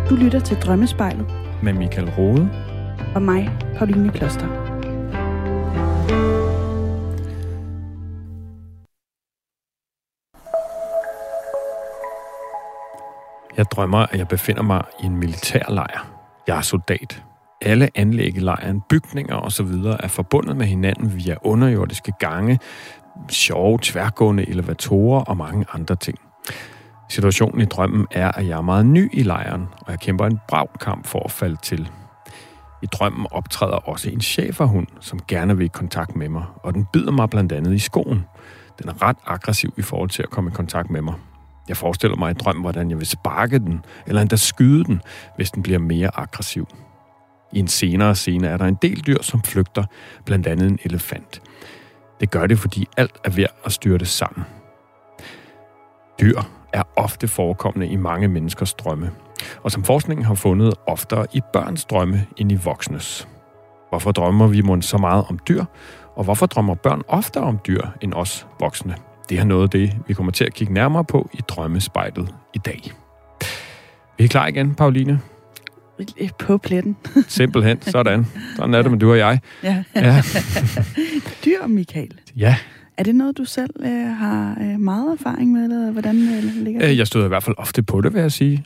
Du lytter til Drømmespejlet. Med Michael Rode. Og mig, Pauline Kloster. Jeg drømmer, at jeg befinder mig i en militærlejr. Jeg er soldat. Alle anlæg i lejren, bygninger osv. er forbundet med hinanden via underjordiske gange, sjove tværgående elevatorer og mange andre ting. Situationen i drømmen er, at jeg er meget ny i lejren, og jeg kæmper en brav kamp for at falde til. I drømmen optræder også en schæferhund, som gerne vil i kontakt med mig, og den bider mig blandt andet i skoen. Den er ret aggressiv i forhold til at komme i kontakt med mig. Jeg forestiller mig i drømmen, hvordan jeg vil sparke den, eller endda skyde den, hvis den bliver mere aggressiv. I en senere scene er der en del dyr, som flygter, blandt andet en elefant. Det gør det, fordi alt er ved at styrte sammen. Dyr er ofte forekommende i mange menneskers drømme, og som forskningen har fundet oftere i børns drømme end i voksnes. Hvorfor drømmer vi mon så meget om dyr, og hvorfor drømmer børn oftere om dyr end os voksne? Det er noget af det, vi kommer til at kigge nærmere på i Drømmespejlet i dag. Vi er klar igen, Pauline? På pletten. Simpelthen, sådan. Sådan er det med du og jeg. Ja. Dyr, Michael. Ja. Er det noget, du selv har meget erfaring med, eller hvordan ligger det? Jeg støder i hvert fald ofte på det, vil jeg sige.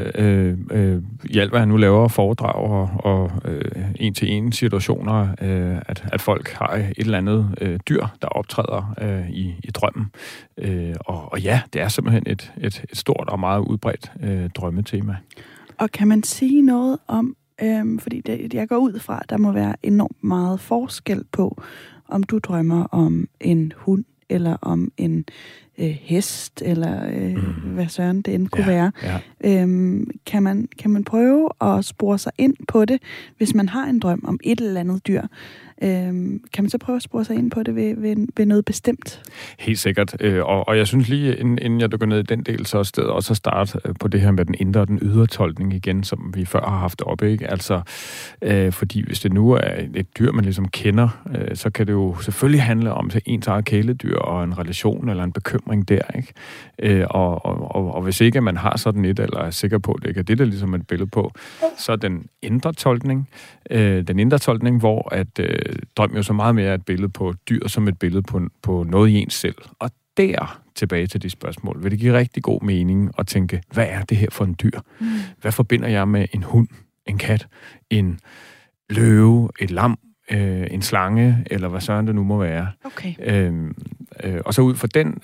I alt, hvad jeg nu laver, foredrag og en-til-en situationer, at folk har et eller andet dyr, der optræder i drømmen. Og ja, det er simpelthen et stort og meget udbredt drømmetema. Og kan man sige noget om, fordi jeg går ud fra, at der må være enormt meget forskel på, om du drømmer om en hund, eller om en hest, eller hvad søren det end kunne være. Ja. Kan man prøve at spore sig ind på det, hvis man har en drøm om et eller andet dyr? Kan man så prøve at spore sig ind på det ved noget bestemt? Helt sikkert. Og jeg synes lige, inden jeg dykker ned i den del, så er stedet også at starte på det her med den indre og den ydre tolkning igen, som vi før har haft oppe, ikke? Altså, fordi hvis det nu er et dyr, man ligesom kender, så kan det jo selvfølgelig handle om ens eget kæledyr og en relation eller en bekymring der, ikke? Og hvis ikke man har sådan et, eller er sikker på, at det ikke er det, der ligesom er et billede på, så er den indre tolkning, hvor at drøm jo så meget mere et billede på dyr som et billede på noget i ens selv. Og der, tilbage til de spørgsmål, vil det give rigtig god mening at tænke, hvad er det her for en dyr? Hvad forbinder jeg med en hund, en kat, en løve, et lam, en slange, eller hvad søren det nu må være? Okay. Og så ud fra den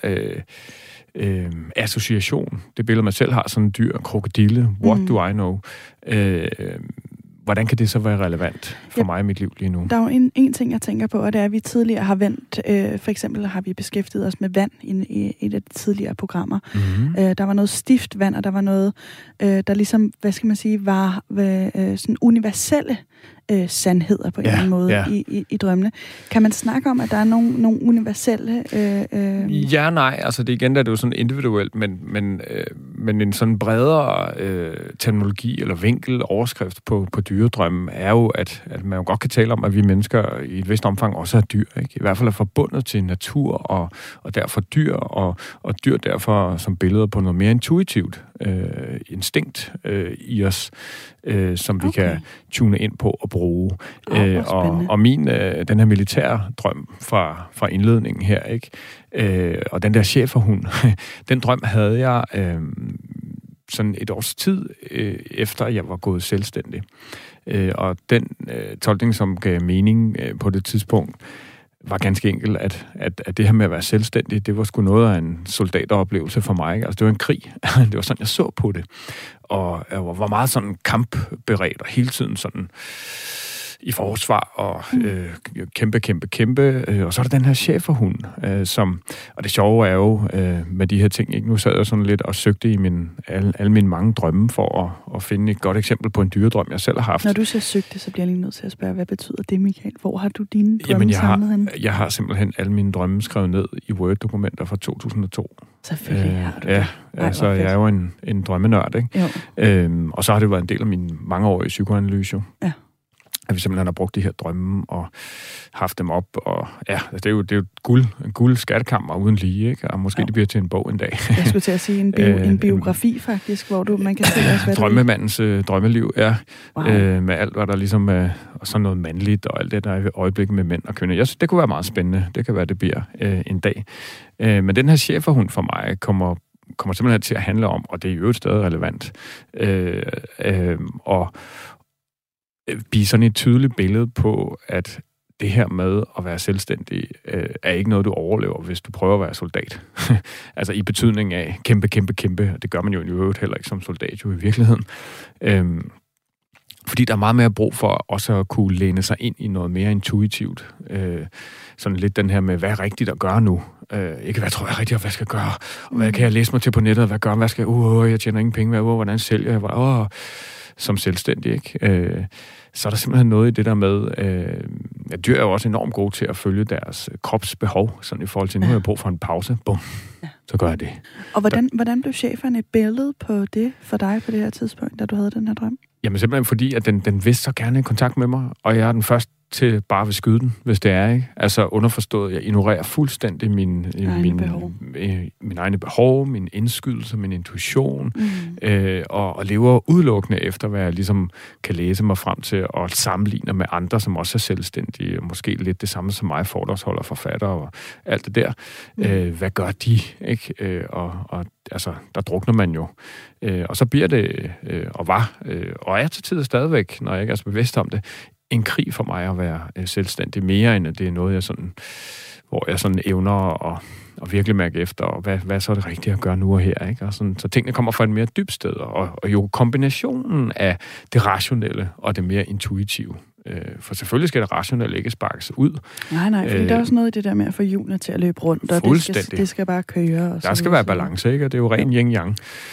association, det billede man selv har, sådan en dyr, krokodille, what do I know? Hvordan kan det så være relevant for mig i mit liv lige nu? Der er jo en ting, jeg tænker på, og det er, at vi tidligere har vendt, for eksempel har vi beskæftiget os med vand i et af de tidligere programmer. Mm-hmm. Der var noget stift vand, og der var noget, der ligesom, hvad skal man sige, var sådan universelle sandheder på en eller anden måde i drømmene. Kan man snakke om, at der er nogle universelle... Ja, nej. Altså det igen, der er det jo sådan individuelt, men en sådan bredere terminologi eller vinkel, overskrift på dyredrømmen er jo, at man jo godt kan tale om, at vi mennesker i et vist omfang også er dyr, ikke? I hvert fald er forbundet til natur og derfor dyr, og dyr derfor som billeder på noget mere intuitivt instinkt i os, som vi kan tune ind på og bruge. Og min, den her militære drøm fra indledningen her, ikke? Og den der schæferhund, den drøm havde jeg sådan et års tid efter jeg var gået selvstændig. Og den tolkning, som gav mening på det tidspunkt, var ganske enkelt, at det her med at være selvstændig, det var sgu noget af en soldatoplevelse for mig. Altså, det var en krig. Det var sådan, jeg så på det. Og jeg var meget sådan kampberedt, og hele tiden sådan i forsvar, og kæmpe. Og så er der den her schæferhund, og det sjove er jo med de her ting, ikke? Nu sad jeg sådan lidt og søgte i alle mine mange drømme for at finde et godt eksempel på en dyredrøm, jeg selv har haft. Når du så søgte, så bliver jeg lige nødt til at spørge, hvad betyder det, Michael? Hvor har du dine drømme samlet hen? Jeg har simpelthen alle mine drømme skrevet ned i Word-dokumenter fra 2002. Selvfølgelig har du det. Ja, altså jeg er jo en drømmenørd, ikke? Og så har det været en del af min mangeårige psykoanalyse. Ja. at vi simpelthen har brugt de her drømme og haft dem op, og ja, det er jo en guld skattekammer uden lige, ikke? Og måske det bliver til en bog en dag. Jeg skulle til at sige en biografi faktisk, hvor man kan se også, hvad Drømmemandens drømmeliv, ja. Wow. Med alt, hvad der ligesom er, og sådan noget mandligt, og alt det, der er i øjeblikket med mænd og kvinder. Jeg synes, det kunne være meget spændende. Det kan være, det bliver en dag. Men den her schæferhund for mig kommer simpelthen til at handle om, og det er jo et stadig relevant, og blive sådan et tydeligt billede på, at det her med at være selvstændig er ikke noget, du overlever, hvis du prøver at være soldat. Altså i betydning af kæmpe, og det gør man jo i øvrigt heller ikke som soldat jo i virkeligheden. Fordi der er meget mere brug for også at kunne læne sig ind i noget mere intuitivt. Sådan lidt den her med, hvad er rigtigt at gøre nu? Ikke hvad tror jeg er rigtigt, og hvad skal jeg gøre? Og hvad kan jeg læse mig til på nettet? Hvad skal jeg? Jeg tjener ingen penge. Hvordan sælger jeg? Som selvstændig, ikke? Så er der simpelthen noget i det der med, at dyr er jo også enormt gode til at følge deres kropsbehov, sådan i forhold til, nu har jeg brug for en pause, bum, så gør jeg det. Og hvordan blev schæferen et billede på det for dig på det her tidspunkt, da du havde den her drøm? Jamen simpelthen fordi, at den vidste så gerne i kontakt med mig, og jeg er den første til bare ved skyde den, hvis det er, ikke? Altså underforstået, jeg ignorerer fuldstændig min egne behov, min indskydelse, min intuition, og lever udelukkende efter, hvad jeg ligesom kan læse mig frem til, og sammenligner med andre, som også er selvstændige, måske lidt det samme som mig, foredragsholder, forfatter og alt det der. Hvad gør de, ikke? Og altså, der drukner man jo. Og så bliver det, og er til tider stadigvæk, når jeg ikke er så bevidst om det, en krig for mig at være selvstændig, mere end at det er noget, jeg sådan, hvor jeg sådan evner at virkelig mærke efter, og hvad så er det rigtige at gøre nu og her, ikke? Og sådan, så tingene kommer fra et mere dybt sted, og jo kombinationen af det rationelle og det mere intuitive. For selvfølgelig skal det rationelle ikke sparkes ud. Nej, fordi der er også noget i det der med at få hjulene til at løbe rundt, og det skal bare køre. Og der skal være balance, ikke? Og det er jo ren yin-yang.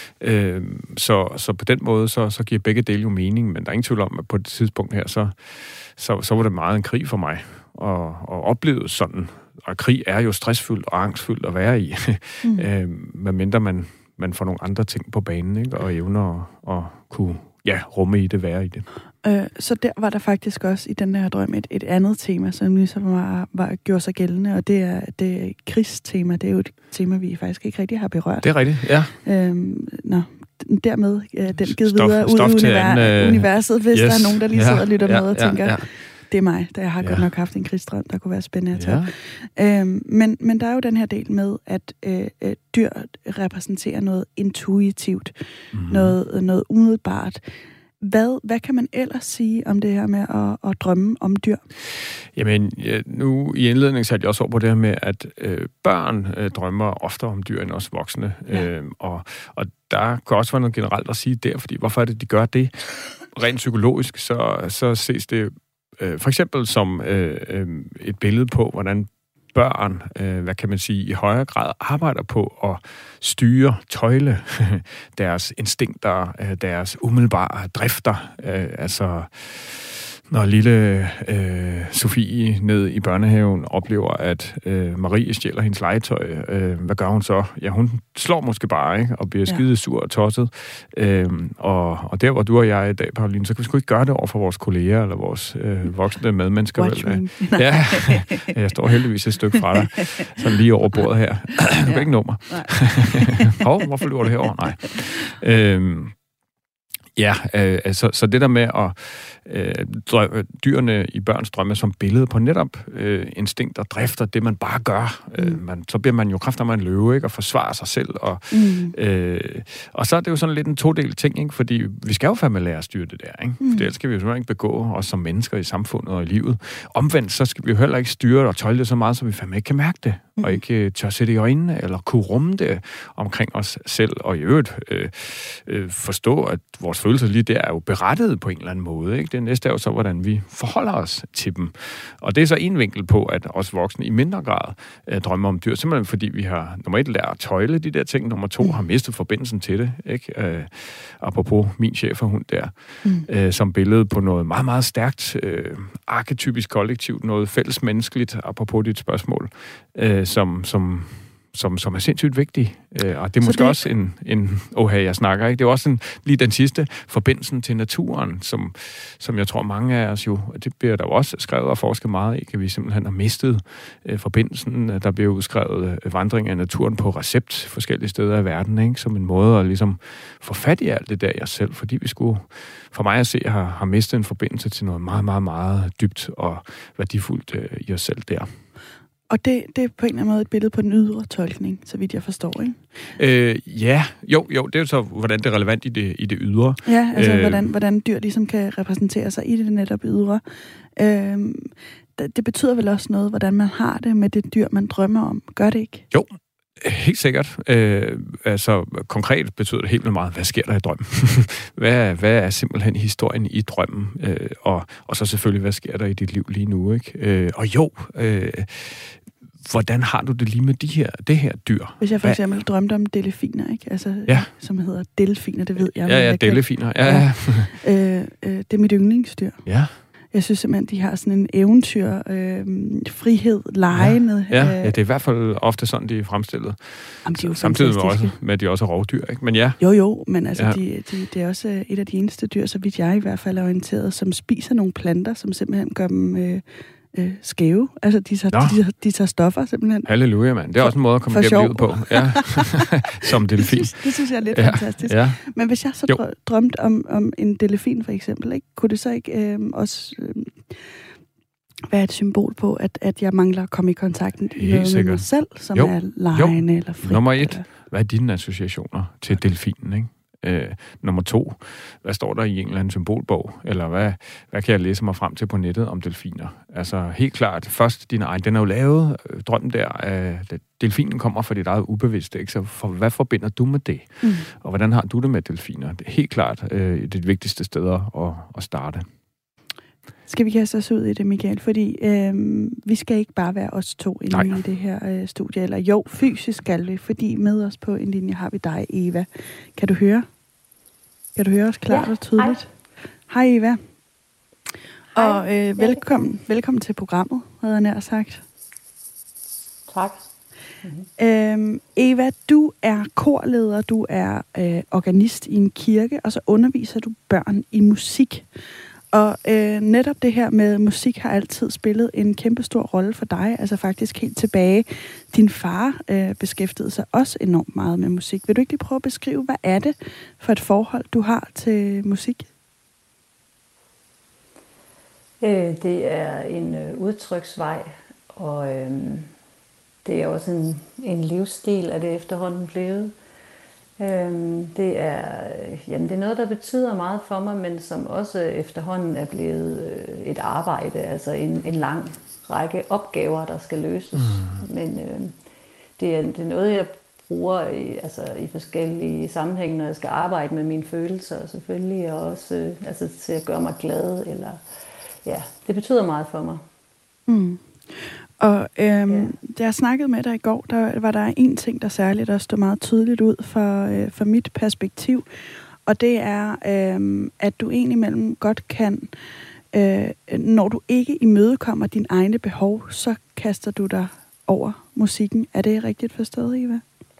Så på den måde, så giver begge dele jo mening, men der er ingen tvivl om, at på det tidspunkt her, så var det meget en krig for mig, og oplevet sådan. Og krig er jo stressfyldt og angstfyldt at være i, medmindre man får nogle andre ting på banen, ikke? Og evner at kunne rumme i det, være i det. Så der var der faktisk også i den her drøm et andet tema, som ligesom gjorde sig gældende, og det er krigstema. Det er jo et tema, vi faktisk ikke rigtig har berørt. Det er rigtigt, ja. Dermed den givet videre ud i universet, hvis der er nogen, der lige sidder og lytter med og tænker, det er mig, der jeg har godt nok haft en krigsdrøm, der kunne være spændende at tage. Men der er jo den her del med, at dyr repræsenterer noget intuitivt, noget umiddelbart. Hvad kan man ellers sige om det her med at drømme om dyr? Jamen, nu i indledningen satte jeg også over på det her med, at børn drømmer oftere om dyr end os voksne. Ja. Og der kan også være noget generelt at sige der, fordi hvorfor er det, de gør det? Rent psykologisk, så ses det for eksempel som et billede på, hvordan børn, hvad kan man sige, i højere grad arbejder på at styre, tøjle deres instinkter, deres umiddelbare drifter. Altså, når lille Sofie ned i børnehaven oplever, at Marie stjæler hendes legetøj, hvad gør hun så? Ja, hun slår måske bare, ikke? Og bliver skide sur og tosset. Og der, hvor du og jeg i dag, Pauline, så kan vi sgu ikke gøre det over for vores kolleger eller vores voksne medmennesker. Ja, jeg står heldigvis et stykke fra dig, sådan lige over bordet her. Du kan ikke nå mig. Hvorfor løber du herover? Nej. Så det der med at dyrene i børns drømme som billede på netop instinkt og drifter, det man bare gør. Så bliver man jo kraftedeme en løve, ikke? Og forsvarer sig selv. Og så er det jo sådan lidt en todel ting, ikke? Fordi vi skal jo fandme lære at styre det der, ikke? For ellers skal vi jo simpelthen ikke begå os som mennesker i samfundet og i livet. Omvendt, så skal vi jo heller ikke styre og tøjle det så meget, så vi fandme ikke kan mærke det. Og ikke tør se det i øjnene, eller kunne rumme det omkring os selv. Og i øvrigt forstå, at vores følelser lige der er jo berettiget på en eller anden måde, ikke? Det næste er jo så, hvordan vi forholder os til dem. Og det er så en vinkel på, at os voksne i mindre grad drømmer om dyr, simpelthen fordi vi har, nummer 1, lært at tøjle de der ting, nummer 2, har mistet forbindelsen til det, ikke? Apropos min schæferhund der, som billede på noget meget, meget stærkt, arketypisk kollektivt, noget fællesmenneskeligt, apropos dit spørgsmål, som som er sindssygt vigtig. Og det er måske også jeg snakker, ikke? Det er også lige den sidste, forbindelsen til naturen, som jeg tror mange af os jo, det bliver der jo også skrevet og forsket meget i, kan vi simpelthen have mistet forbindelsen. Der bliver udskrevet vandring af naturen på recept forskellige steder i verden, ikke? Som en måde at ligesom få fat i alt det der i os selv, fordi vi skulle, for mig at se, har mistet en forbindelse til noget meget, meget, meget dybt og værdifuldt i os selv der. Og det er på en eller anden måde et billede på den ydre tolkning, så vidt jeg forstår, ikke? Jo, det er jo så, hvordan det er relevant i det ydre. Ja, altså hvordan dyr ligesom kan repræsentere sig i det netop ydre. Det betyder vel også noget, hvordan man har det med det dyr, man drømmer om. Gør det ikke? Jo, helt sikkert. Konkret betyder det helt meget, hvad sker der i drømmen? hvad er simpelthen historien i drømmen? Og så selvfølgelig, hvad sker der i dit liv lige nu, ikke? Hvordan har du det lige med det her dyr? Hvis jeg for eksempel drømte om delfiner, ikke? Altså, som hedder delfiner, det ved jeg. Ja, delfiner. Ja. Det er mit yndlingsdyr. Ja. Jeg synes simpelthen, de har sådan en eventyr, frihed, legende. Ja, det er i hvert fald ofte sådan, de er fremstillet. Jamen, de er jo samtidig med, at de også er rovdyr, ikke? Men ja. Jo, men altså, det er også et af de eneste dyr, så vidt jeg i hvert fald er orienteret, som spiser nogle planter, som simpelthen gør dem skæve. Altså, de tager stoffer, simpelthen. Halleluja, mand. Det er også en måde at komme igennem livet på. Ja. Som delfin. Det synes jeg er lidt fantastisk. Ja. Men hvis jeg så drømte om en delfin, for eksempel, ikke, kunne det så ikke også være et symbol på, at jeg mangler at komme i kontakt med mig selv, som er legende eller fri? Nummer 1. Hvad er dine associationer til delfinen, ikke? Nummer 2, hvad står der i en eller anden symbolbog? Eller hvad kan jeg læse mig frem til på nettet om delfiner? Altså helt klart, først din egen, den er jo lavet, drømmen der, delfinen kommer fra dit eget ubevidste, ikke? Så hvad forbinder du med det? Og hvordan har du det med delfiner? Det er helt klart det vigtigste sted at starte. Skal vi kaste os ud i det, Michael? Fordi vi skal ikke bare være os to inde i det her studie. Eller jo, fysisk skal vi, fordi med os på en linje har vi dig, Eva. Kan du høre? Kan du høre os klart og tydeligt? Hej Eva. Hej. Og velkommen til programmet, havde jeg nær sagt. Tak. Eva, du er korleder, du er organist i en kirke, og så underviser du børn i musik. Og netop det her med musik har altid spillet en kæmpestor rolle for dig, altså faktisk helt tilbage. Din far beskæftigede sig også enormt meget med musik. Vil du ikke lige prøve at beskrive, hvad er det for et forhold, du har til musik? Det er en udtryksvej, og det er også en livsstil, at det efterhånden blevet. Det er noget, der betyder meget for mig, men som også efterhånden er blevet et arbejde, altså en lang række opgaver, der skal løses. Men det er noget, jeg bruger i forskellige sammenhænge, når jeg skal arbejde med mine følelser, selvfølgelig, og også til at gøre mig glad. Det betyder meget for mig. Og da jeg snakkede med dig i går, der var der en ting, der særligt også stod meget tydeligt ud for mit perspektiv. Og det er, at du indimellem godt kan, når du ikke imødekommer dine egne behov, så kaster du dig over musikken. Er det rigtigt forstået, Eva?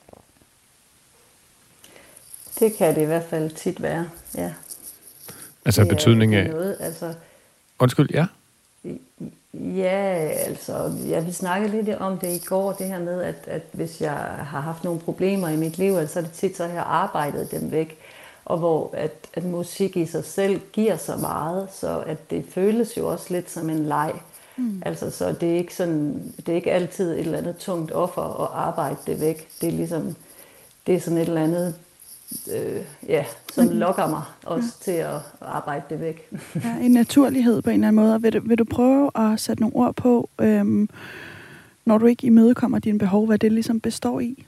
Det kan det i hvert fald tit være, ja. Altså betydning af... Noget, altså... Undskyld, ja? Ja, vi snakkede lidt om det i går, det her med, at hvis jeg har haft nogle problemer i mit liv, så er det tit, så jeg har arbejdet dem væk, og hvor at musik i sig selv giver så meget, så at det føles jo også lidt som en leg. Altså, så det er ikke sådan, det er ikke altid et eller andet tungt offer at arbejde det væk. Det er ligesom, det er sådan et eller andet, som lokker mig også til at arbejde det væk. Ja, en naturlighed på en eller anden måde. Vil du prøve at sætte nogle ord på, når du ikke imødekommer dine behov, hvad det ligesom består i?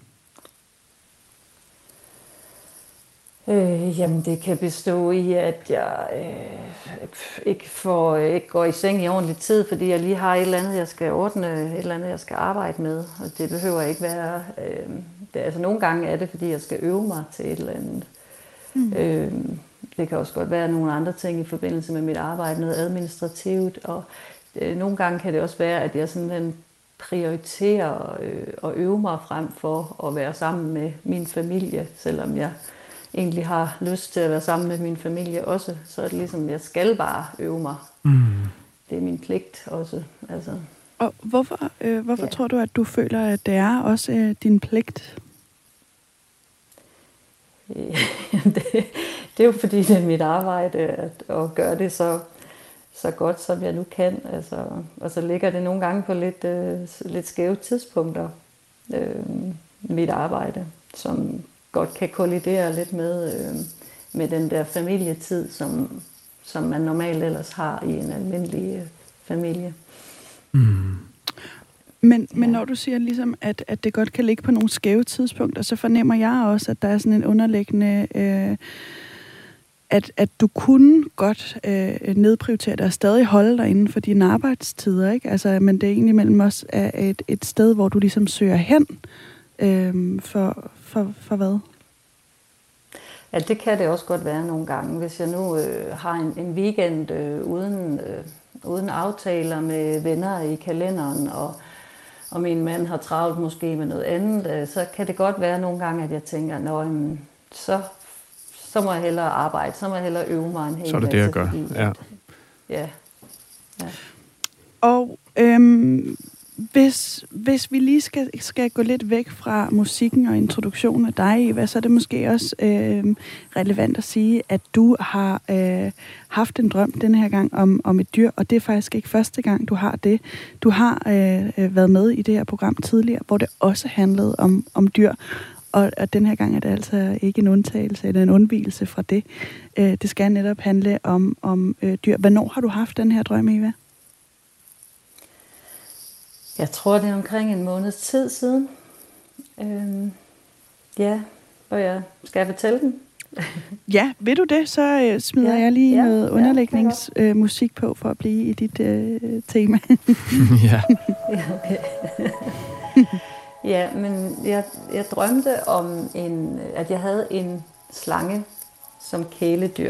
Jamen, det kan bestå i, at jeg ikke går i seng i ordentlig tid, fordi jeg lige har et eller andet, jeg skal ordne, et eller andet, jeg skal arbejde med. Og det behøver ikke være... nogle gange er det, fordi jeg skal øve mig til et eller andet. Det kan også godt være nogle andre ting i forbindelse med mit arbejde, noget administrativt. Og nogle gange kan det også være, at jeg simpelthen prioritere og øve mig frem for at være sammen med min familie, selvom jeg egentlig har lyst til at være sammen med min familie også, så er det ligesom, jeg skal bare øve mig. Det er min pligt også. Altså. Og hvorfor tror du, at du føler, at det er også din pligt? Det er jo fordi, det er mit arbejde at gøre det så godt, som jeg nu kan. Altså, og så ligger det nogle gange på lidt skæve tidspunkter, mit arbejde, som godt kan kollidere lidt med den der familietid, som man normalt ellers har i en almindelig familie. Men når du siger ligesom, at det godt kan ligge på nogle skæve tidspunkter, så fornemmer jeg også, at der er sådan en underliggende, at du kunne godt nedprioritere dig og stadig holde dig inden for dine arbejdstider, ikke? Altså, men det er egentlig mellem os et sted, hvor du ligesom søger hen for hvad? Ja, det kan det også godt være nogle gange. Hvis jeg nu har en weekend uden aftaler med venner i kalenderen, og min mand har travlt måske med noget andet, så kan det godt være nogle gange, at jeg tænker, så må jeg hellere arbejde, så må jeg hellere øve mig en hel masse. Så er det det, jeg gør. Ja. Og hvis vi lige skal gå lidt væk fra musikken og introduktionen af dig, Eva, så er det måske også relevant at sige, at du har haft en drøm denne her gang om et dyr, og det er faktisk ikke første gang, du har det. Du har været med i det her program tidligere, hvor det også handlede om dyr, og den her gang er det altså ikke en undtagelse eller en undvigelse fra det. Det skal netop handle om dyr. Hvornår har du haft den her drøm, Eva? Jeg tror, det er omkring en måneds tid siden. Skal jeg fortælle den? Ja, vil du det, så smider jeg lige noget underlægningsmusik på for at blive i dit tema. Ja. Ja, men jeg drømte om at jeg havde en slange som kæledyr.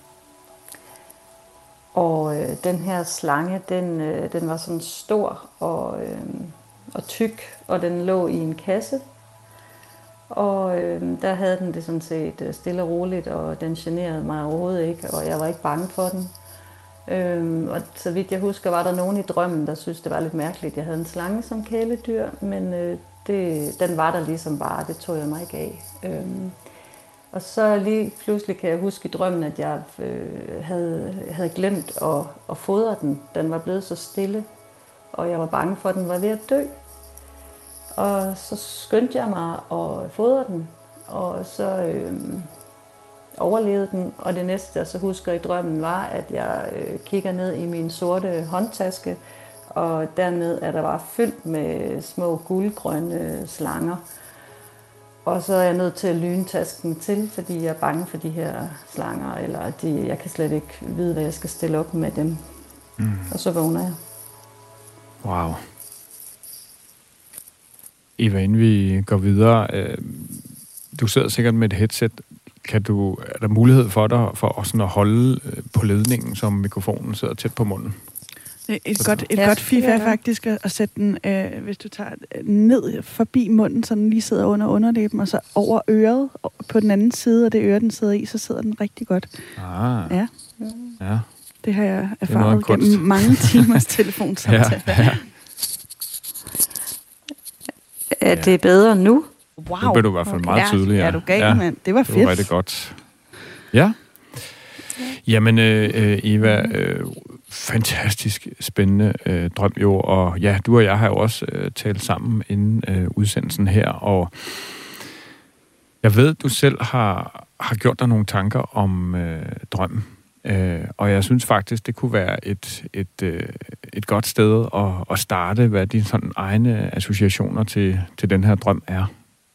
Og den her slange, den var sådan stor og tyk, og den lå i en kasse. Og der havde den det sådan set stille og roligt, og den generede mig overhovedet ikke, og jeg var ikke bange for den. Og så vidt jeg husker, var der nogen i drømmen, der syntes, det var lidt mærkeligt, at jeg havde en slange som kæledyr, men den var der ligesom bare, det tog jeg mig ikke af. Og så lige pludselig kan jeg huske i drømmen, at jeg havde glemt at fodre den. Den var blevet så stille, og jeg var bange for, at den var ved at dø. Og så skyndte jeg mig at fodre den, og så overlevede den. Og det næste, jeg så husker i drømmen, var, at jeg kigger ned i min sorte håndtaske, og dernede er der bare fyldt med små guldgrønne slanger. Og så er jeg nødt til at lyne tasken til, fordi jeg er bange for de her slanger, eller jeg kan slet ikke vide, hvad jeg skal stille op med dem. Og så vågner jeg. Wow. Eva, inden vi går videre, du sidder sikkert med et headset. Er der mulighed for dig for sådan at holde på ledningen, som mikrofonen sidder tæt på munden? Et godt fif er faktisk at sætte den, hvis du tager ned forbi munden, så den lige sidder under underlæben, og så over øret på den anden side, og det øre, den sidder i, så sidder den rigtig godt. Ja. Det har jeg erfaret gennem mange timers telefonsamtaler. Ja. Er det bedre nu? Wow. Nu bliver du i hvert fald meget tydelig. Ja, du gav, mand. Det var fedt. Det var rigtig godt. Ja. Jamen, Eva, fantastisk spændende drøm jo, og ja, du og jeg har jo også talt sammen inden udsendelsen her, og jeg ved, du selv har gjort dig nogle tanker om drømmen, og jeg synes faktisk, det kunne være et godt sted at starte, hvad dine sådan egne associationer til den her drøm er.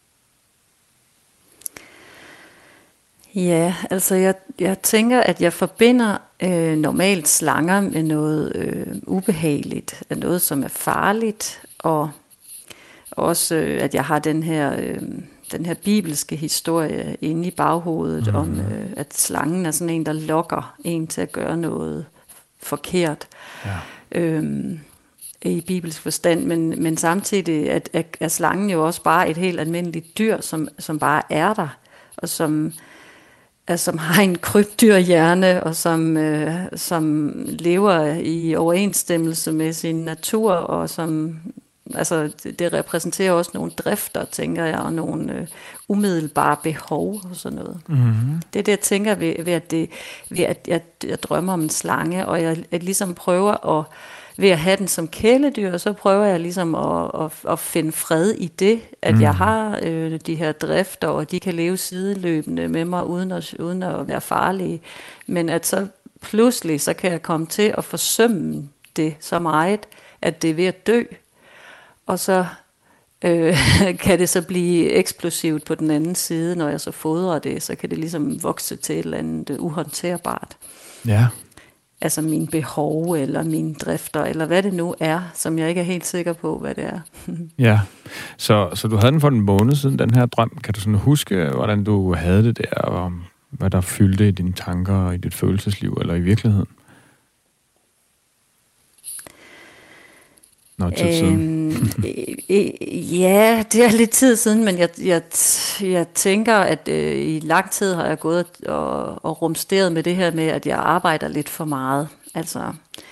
Ja, altså jeg tænker, at jeg forbinder normalt slanger med noget ubehageligt, noget som er farligt, og også at jeg har den her bibelske historie inde i baghovedet om, at slangen er sådan en, der lokker en til at gøre noget forkert. Ja. i bibelsk forstand, men samtidig er slangen jo også bare et helt almindeligt dyr, som bare er der, og som har en krybdyrhjerne, og som lever i overensstemmelse med sin natur, og som altså det repræsenterer også nogle drifter, tænker jeg, og nogle umiddelbare behov og sådan noget. Mm-hmm. Det er det, jeg tænker ved at jeg drømmer om en slange, og jeg ligesom prøver ved at have den som kæledyr, så prøver jeg ligesom at finde fred i det, at jeg har de her drifter, og de kan leve sideløbende med mig, uden at være farlige. Men at så pludselig, så kan jeg komme til at forsømme det så meget, at det er ved at dø. Og så kan det så blive eksplosivt på den anden side, når jeg så fodrer det, så kan det ligesom vokse til et eller andet uhåndterbart. Ja. Altså mine behov, eller mine drifter, eller hvad det nu er, som jeg ikke er helt sikker på, hvad det er. Ja, så du havde den for en måned siden, den her drøm. Kan du sådan huske, hvordan du havde det der, og hvad der fyldte i dine tanker, i dit følelsesliv, eller i virkeligheden? Nå, tid siden. Ja, det er lidt tid siden, men jeg tænker, at i lang tid har jeg gået og rumsteret med det her med, at jeg arbejder lidt for meget. Altså,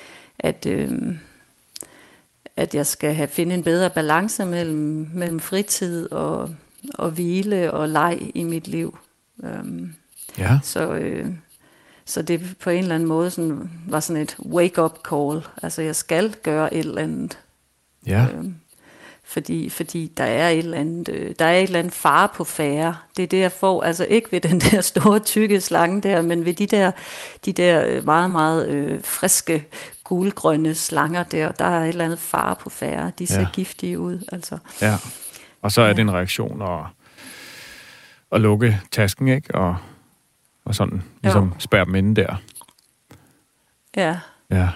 at jeg skal finde en bedre balance mellem fritid og hvile og leg i mit liv. Ja. Så det på en eller anden måde var sådan et wake-up call. Altså, jeg skal gøre et eller andet. Ja. Fordi der er et eller andet fare på færre. Det er det, jeg får. Altså ikke ved den der store, tykke slange der, men ved de der meget, meget friske, gulgrønne slanger der er et eller andet fare på færre. De ser giftige ud, altså. Ja, og så er det en reaktion at lukke tasken, ikke? Og sådan ligesom spærre dem inde der. Ja. Ja.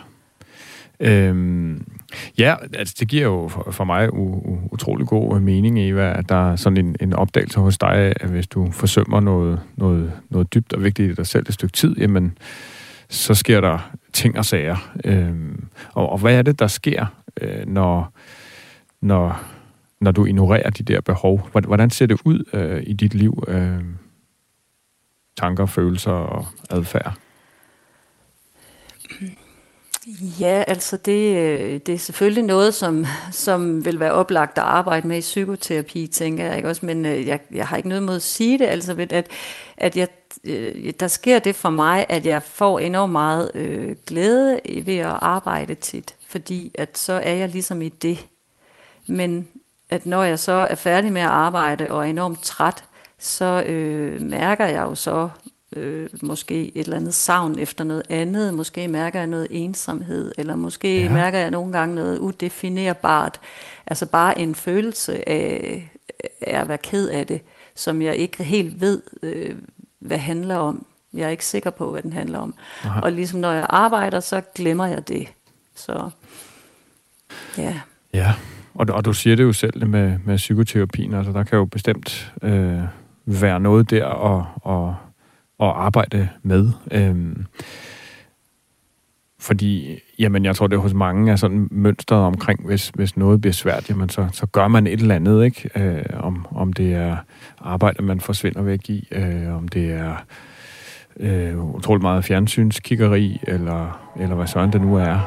Ja, altså det giver jo for mig utrolig god mening, Eva, at der er sådan en opdagelse hos dig, at hvis du forsømmer noget dybt og vigtigt i dig selv et stykke tid, jamen, så sker der ting og sager. Og hvad er det, der sker, når du ignorerer de der behov? Hvordan ser det ud i dit liv? Tanker, følelser og adfærd? Ja, altså det er selvfølgelig noget, som vil være oplagt at arbejde med i psykoterapi, tænker jeg, ikke også? Men jeg har ikke noget mod at sige det, altså at der sker det for mig, at jeg får enormt meget glæde ved at arbejde tit, fordi at så er jeg ligesom i det. Men at når jeg så er færdig med at arbejde og er enormt træt, så mærker jeg jo så måske et eller andet savn efter noget andet, måske mærker jeg noget ensomhed, eller måske mærker jeg nogle gange noget udefinerbart, altså bare en følelse af at være ked af det, som jeg ikke helt ved, hvad handler om. Jeg er ikke sikker på, hvad den handler om. Aha. Og ligesom når jeg arbejder, så glemmer jeg det. Så ja. Ja, og du siger det jo selv med psykoterapien, altså der kan jo bestemt være noget der og arbejde med. Fordi, jamen, jeg tror, det hos mange er sådan mønstret omkring, hvis noget bliver svært, jamen, så gør man et eller andet, ikke? Om det er arbejde, man forsvinder væk i, om det er utroligt meget fjernsynskiggeri, eller hvad sådan det nu er.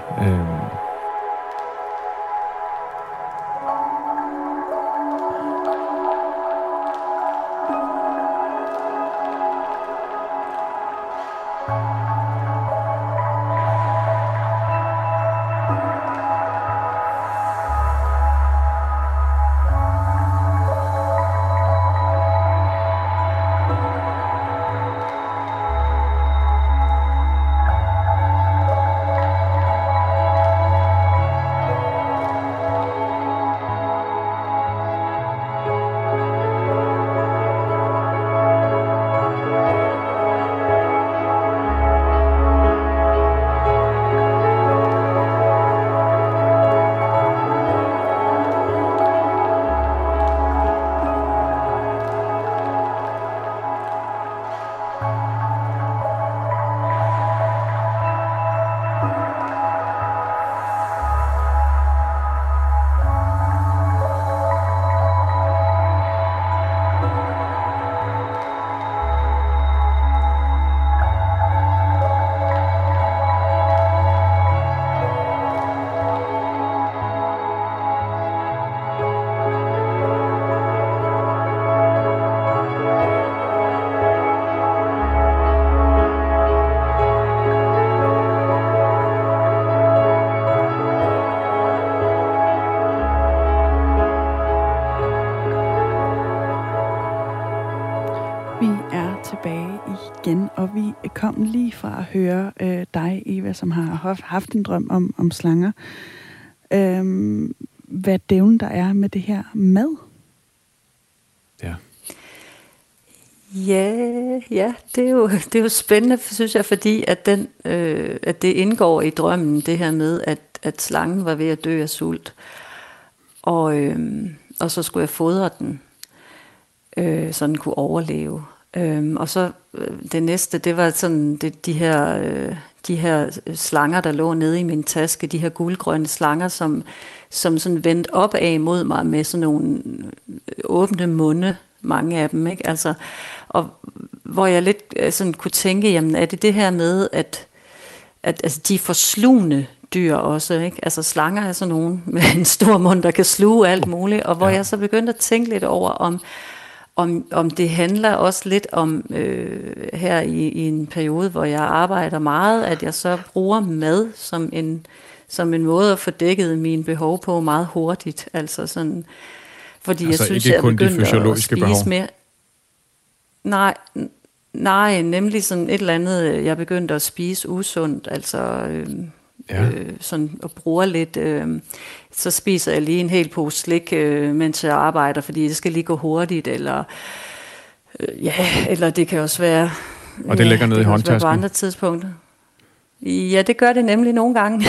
igen, og vi kom lige fra at høre dig, Eva, som har haft en drøm om slanger. Hvad dævlen der er med det her mad? Ja. Ja, det er jo spændende, synes jeg, fordi at det indgår i drømmen, det her med, at slangen var ved at dø af sult. Og så skulle jeg fodre den, så den kunne overleve. Og så det næste, det var sådan de her slanger, der lå nede i min taske, de her gulgrønne slanger, som sådan vendte opad mod mig med sådan nogle åbne munde, mange af dem, ikke? Altså, og hvor jeg lidt sådan kunne tænke, jamen er det her med, at altså, de forslugende dyr også, ikke? Altså slanger er sådan nogen med en stor mund, der kan sluge alt muligt, og hvor jeg så begyndte at tænke lidt over, om det handler også lidt om her i en periode, hvor jeg arbejder meget, at jeg så bruger mad som en måde at få dækket mine behov på meget hurtigt, altså sådan, fordi altså jeg synes, ikke jeg kun de begyndte fysiologiske at spise behov. mere. Nej, nemlig sådan et eller andet, jeg begyndte at spise usundt, altså sådan og bruger lidt, så spiser jeg lige en hel pose slik, mens jeg arbejder, fordi det skal lige gå hurtigt, eller eller det kan også være, og det ligger nede i håndtasken på andre tidspunkter. Ja, det gør det nemlig nogle gange.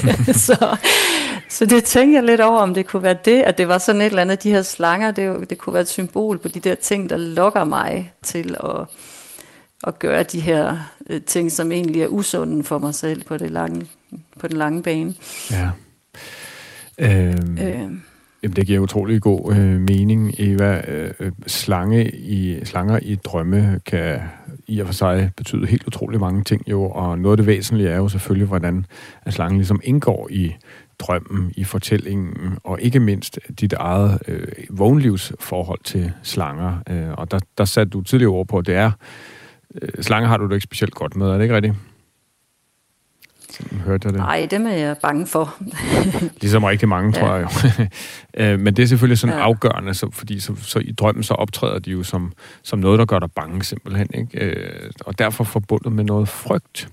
Så det tænker jeg lidt over, om det kunne være det, at det var sådan et eller andet, de her slanger, det kunne være et symbol på de der ting, der lokker mig til at gøre de her ting, som egentlig er usunde for mig selv på den lange bane. Ja. Jamen, det giver utrolig god mening, Eva. Slanger i drømme kan i og for sig betyde helt utrolig mange ting jo, og noget af det væsentlige er jo selvfølgelig, hvordan slangen ligesom indgår i drømmen, i fortællingen, og ikke mindst dit eget vågenlivsforhold til slanger. Og der satte du tidligere ord på, at det er slanger har du det ikke specielt godt med, er det ikke rigtigt? Hørte jeg det? Nej, dem er jeg bange for. Ligesom rigtig mange, tror jeg jo. Men det er selvfølgelig sådan afgørende, fordi så i drømmen så optræder de jo som noget, der gør dig bange simpelthen, ikke? Og derfor forbundet med noget frygt.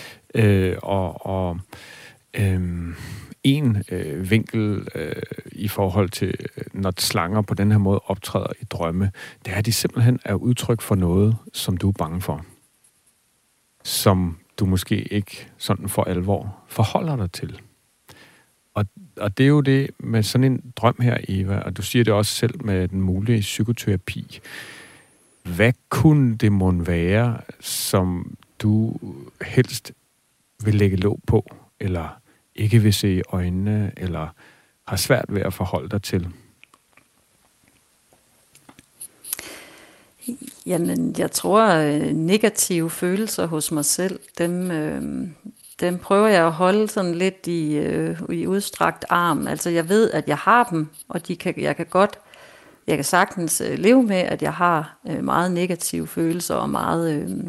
En vinkel i forhold til, når slanger på den her måde optræder i drømme, det er, at de simpelthen er udtryk for noget, som du er bange for. Som du måske ikke sådan for alvor forholder dig til. Og det er jo det med sådan en drøm her, Eva, og du siger det også selv med den mulige psykoterapi. Hvad kunne det mon være, som du helst vil lægge låg på, eller ikke vil se i øjnene, eller har svært ved at forholde dig til? Jamen, jeg tror, negative følelser hos mig selv, dem prøver jeg at holde sådan lidt i udstrakt arm. Altså, jeg ved, at jeg har dem, og jeg kan sagtens leve med, at jeg har meget negative følelser, og meget,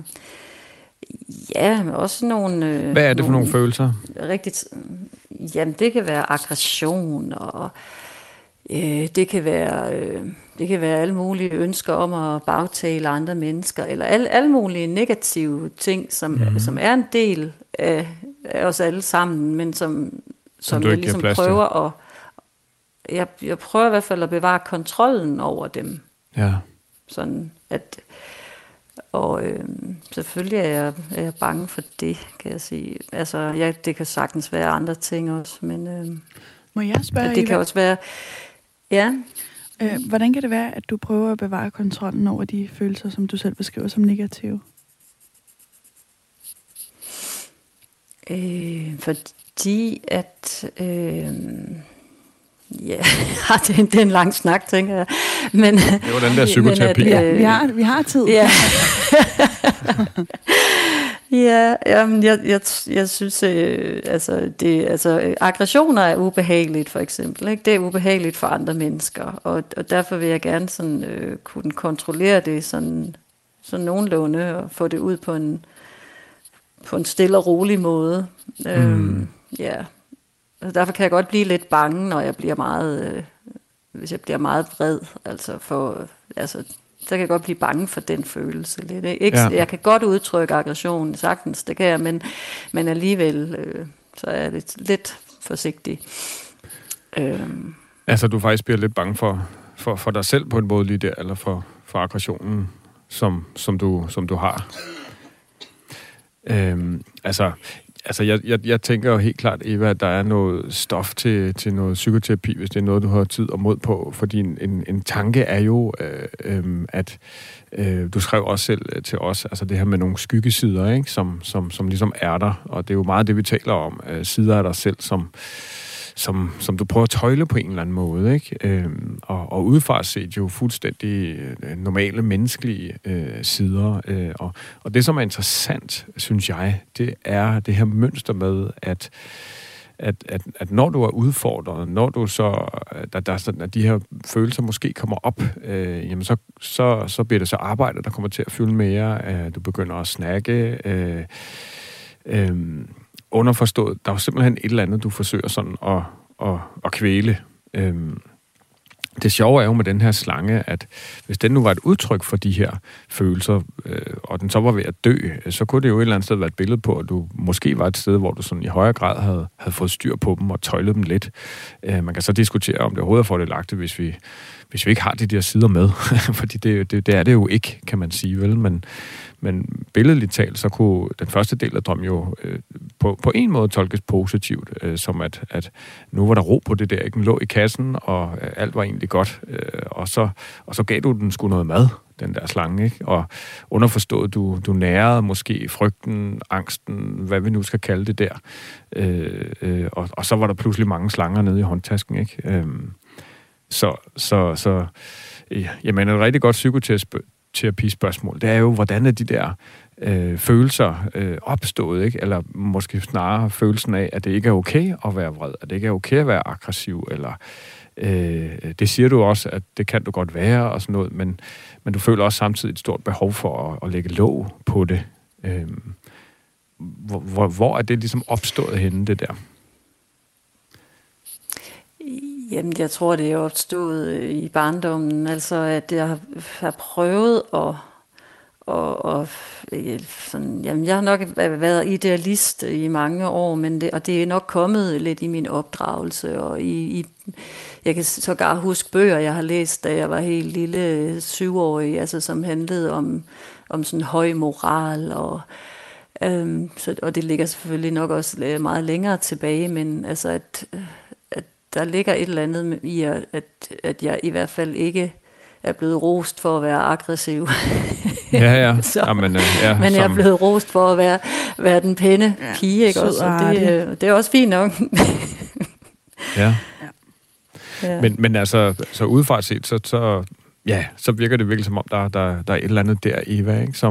også nogle... Hvad er det for nogle følelser? Rigtigt, jamen, det kan være aggression, og det kan være alle mulige ønsker om at bagtale andre mennesker, eller alle mulige negative ting, som er en del af os alle sammen, men som jeg ligesom prøver at... Jeg prøver i hvert fald at bevare kontrollen over dem. Ja. Sådan at... Og selvfølgelig er jeg bange for det, kan jeg sige. Altså, det kan sagtens være andre ting også, men... Må jeg spørge, det kan også være... Ja. Hvordan kan det være, at du prøver at bevare kontrollen over de følelser, som du selv beskriver som negative? Fordi at... det er en lang snak, tænker jeg. Men, det var den der psykoterapi. Vi har tid. Ja. Ja, jamen, jeg synes, aggressioner er ubehageligt, for eksempel. Ikke? Det er ubehageligt for andre mennesker, og derfor vil jeg gerne sådan, kunne kontrollere det sådan nogenlunde, og få det ud på en stille og rolig måde. Ja. Og derfor kan jeg godt blive lidt bange, når jeg bliver meget, hvis jeg bliver meget vred, så kan jeg godt blive bange for den følelse lidt. Ikke? Ja. Jeg kan godt udtrykke aggression, sagtens, det kan jeg, men alligevel, så er jeg lidt forsigtig. Altså, du faktisk bliver lidt bange for dig selv på en måde lige der, eller for aggressionen, som du har. Jeg tænker jo helt klart, Eva, at der er noget stof til noget psykoterapi, hvis det er noget, du har tid og mod på. Fordi en tanke er jo, at du skrev også selv til os, altså det her med nogle skyggesider, ikke? Som ligesom er der. Og det er jo meget det, vi taler om. Sider af dig selv, som du prøver at tøjle på en eller anden måde, ikke? Og udefra set jo fuldstændig normale menneskelige sider. Og det, som er interessant, synes jeg, det er det her mønster med, at når du er udfordret, når du så, der sådan, at de her følelser måske kommer op, jamen så bliver det så arbejde, der kommer til at fylde mere. Du begynder at snakke. Underforstået, der er jo simpelthen et eller andet, du forsøger sådan at kvæle. Det sjove er jo med den her slange, at hvis den nu var et udtryk for de her følelser, og den så var ved at dø, så kunne det jo et eller andet sted være et billede på, at du måske var et sted, hvor du sådan i højere grad havde fået styr på dem og tøjlet dem lidt. Man kan så diskutere, om det overhovedet er fordelagtigt, hvis vi ikke har de der sider med. Fordi det er det jo ikke, kan man sige, vel? Men billedligt talt, så kunne den første del af drømmen jo på en måde tolkes positivt, som at nu var der ro på det der, ikke? Den lå i kassen, og alt var egentlig godt. Og så gav du den sgu noget mad, den der slange, ikke? Og underforstået, du nærede måske frygten, angsten, hvad vi nu skal kalde det der. Og så var der pludselig mange slanger nede i håndtasken, ikke? Så jamen, et rigtig godt psykoterapispørgsmål, det er jo, hvordan er de der følelser opstået, ikke? Eller måske snarere følelsen af, at det ikke er okay at være vred, at det ikke er okay at være aggressiv, eller det siger du også, at det kan du godt være, og sådan noget, men du føler også samtidig et stort behov for at lægge låg på det. Hvor er det ligesom opstået henne, det der? Jamen, jeg tror, det er opstået i barndommen. Altså, at jeg har prøvet sådan, jamen, jeg har nok været idealist i mange år, og det er nok kommet lidt i min opdragelse, og jeg kan sågar huske bøger, jeg har læst, da jeg var helt lille 7-årig, altså, som handlede om sådan høj moral, og det ligger selvfølgelig nok også meget længere tilbage, men altså, at der ligger et eller andet i, at jeg i hvert fald ikke er blevet rost for at være aggressiv. Ja. Men jeg er blevet rost for at være den pæne pige, ikke også? Det er også fint nok. Ja. Men altså, så udefra set, så virker det virkelig som om, der er et eller andet der, Eva, ikke?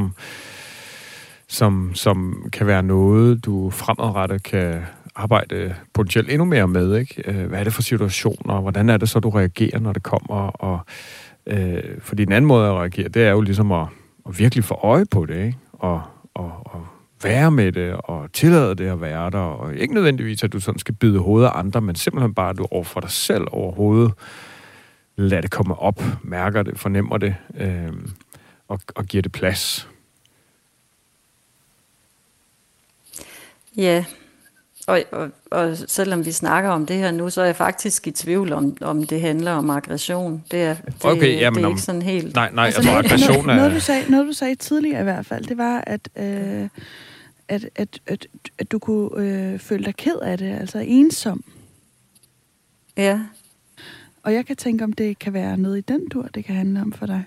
Som kan være noget, du fremadrettet kan arbejde potentielt endnu mere med, ikke? Hvad er det for situationer? Hvordan er det så, du reagerer, når det kommer? Fordi en anden måde at reagere, det er jo ligesom at virkelig få øje på det, ikke? Og være med det, og tillade det at være der, og ikke nødvendigvis, at du sådan skal bide hovedet af andre, men simpelthen bare, at du overfor dig selv overhovedet lader det komme op, mærker det, fornemmer det, og giver det plads. Ja, og selvom vi snakker om det her nu, så er jeg faktisk i tvivl om det handler om aggression. Det er ikke sådan helt... Nej, altså, altså aggression er... Noget du sagde tidligere i hvert fald, det var, at du kunne føle dig ked af det, altså ensom. Ja. Og jeg kan tænke, om det kan være noget i den tur, det kan handle om for dig.